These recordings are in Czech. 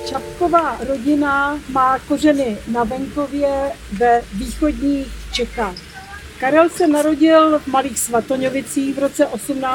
Čapková rodina má kořeny na venkově ve východních Čechách. Karel se narodil v Malých Svatoňovicích v roce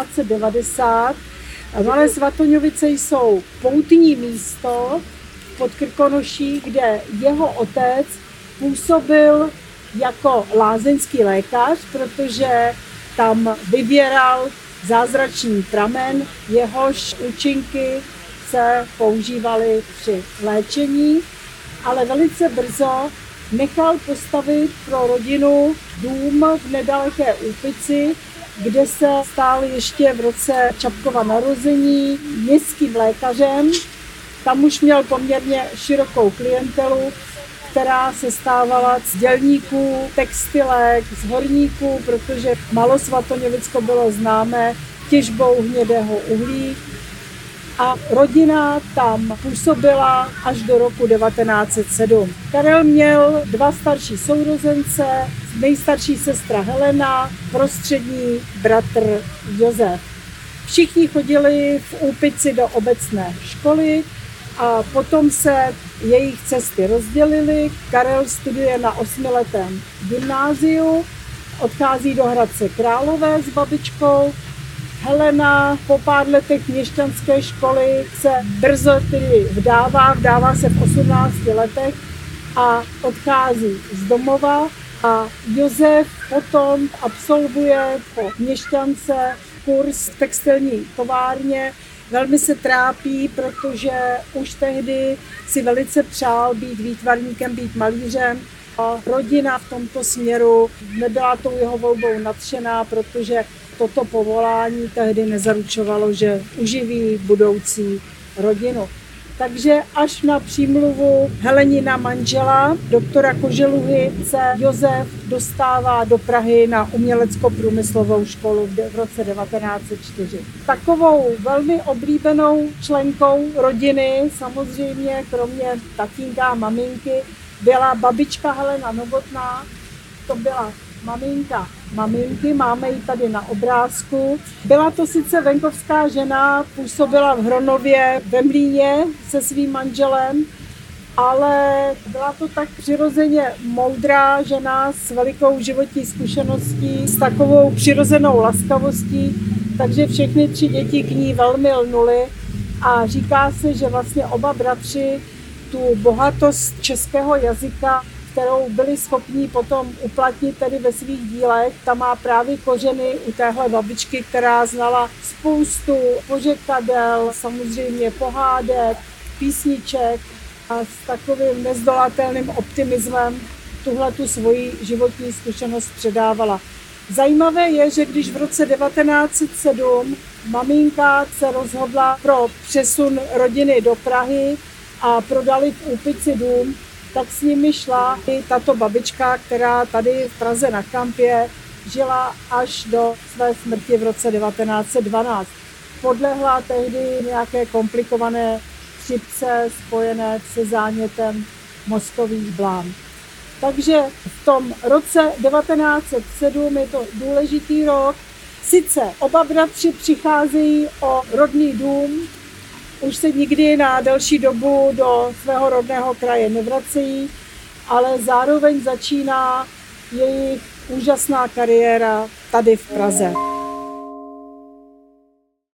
1890. Malé Svatoňovice jsou poutní místo pod Krkonoší, kde jeho otec působil jako lázeňský lékař, protože tam vyvěral zázračný pramen, jehož účinky se používaly při léčení, ale velice brzo nechal postavit pro rodinu dům v nedaleké Úpici, kde se stal ještě v roce Čapkova narození městským lékařem. Tam už měl poměrně širokou klientelu, která se stávala z dělníků, textilek, z horníků, protože Malosvatoňovicko bylo známé těžbou hnědého uhlí. A rodina tam působila až do roku 1907. Karel měl 2 starší sourozence, nejstarší sestra Helena, prostřední bratr Josef. Všichni chodili v Úpici do obecné školy a potom se jejich cesty rozdělily. Karel studuje na 8letém gymnáziu, odchází do Hradce Králové s babičkou. Helena po pár letech měšťanské školy se brzo tedy vdává se v 18 letech a odchází z domova. A Josef potom absolvuje po měšťance kurz v textilní továrně. Velmi se trápí, protože už tehdy si velice přál být výtvarníkem, být malířem. A rodina v tomto směru nebyla tou jeho volbou nadšená, protože toto povolání tehdy nezaručovalo, že uživí budoucí rodinu. Takže až na přímluvu Helenina manžela, doktora Koželuhy, se Josef dostává do Prahy na umělecko-průmyslovou školu v roce 1904. Takovou velmi oblíbenou členkou rodiny, samozřejmě kromě tatínka a maminky, byla babička Helena Novotná, to byla maminka maminky, máme ji tady na obrázku. Byla to sice venkovská žena, působila v Hronově ve mlýně se svým manželem, ale byla to tak přirozeně moudrá žena s velikou životní zkušeností, s takovou přirozenou laskavostí, takže všechny 3 děti k ní velmi lnuly a říká se, že vlastně oba bratři tu bohatost českého jazyka, kterou byli schopni potom uplatnit tedy ve svých dílech. Ta má právě kořeny u téhle babičky, která znala spoustu pořekadel, samozřejmě pohádek, písniček a s takovým nezdolatelným optimismem tuhletu svoji životní zkušenost předávala. Zajímavé je, že když v roce 1907 maminka se rozhodla pro přesun rodiny do Prahy a prodali v Úpici dům, tak s nimi šla i tato babička, která tady v Praze na Kampě žila až do své smrti v roce 1912. Podlehla tehdy nějaké komplikované chřipce spojené se zánětem mozkových blám. Takže v tom roce 1907 je to důležitý rok. Sice oba bratři přicházejí o rodný dům, už se nikdy na delší dobu do svého rodného kraje nevracejí, ale zároveň začíná jejich úžasná kariéra tady v Praze.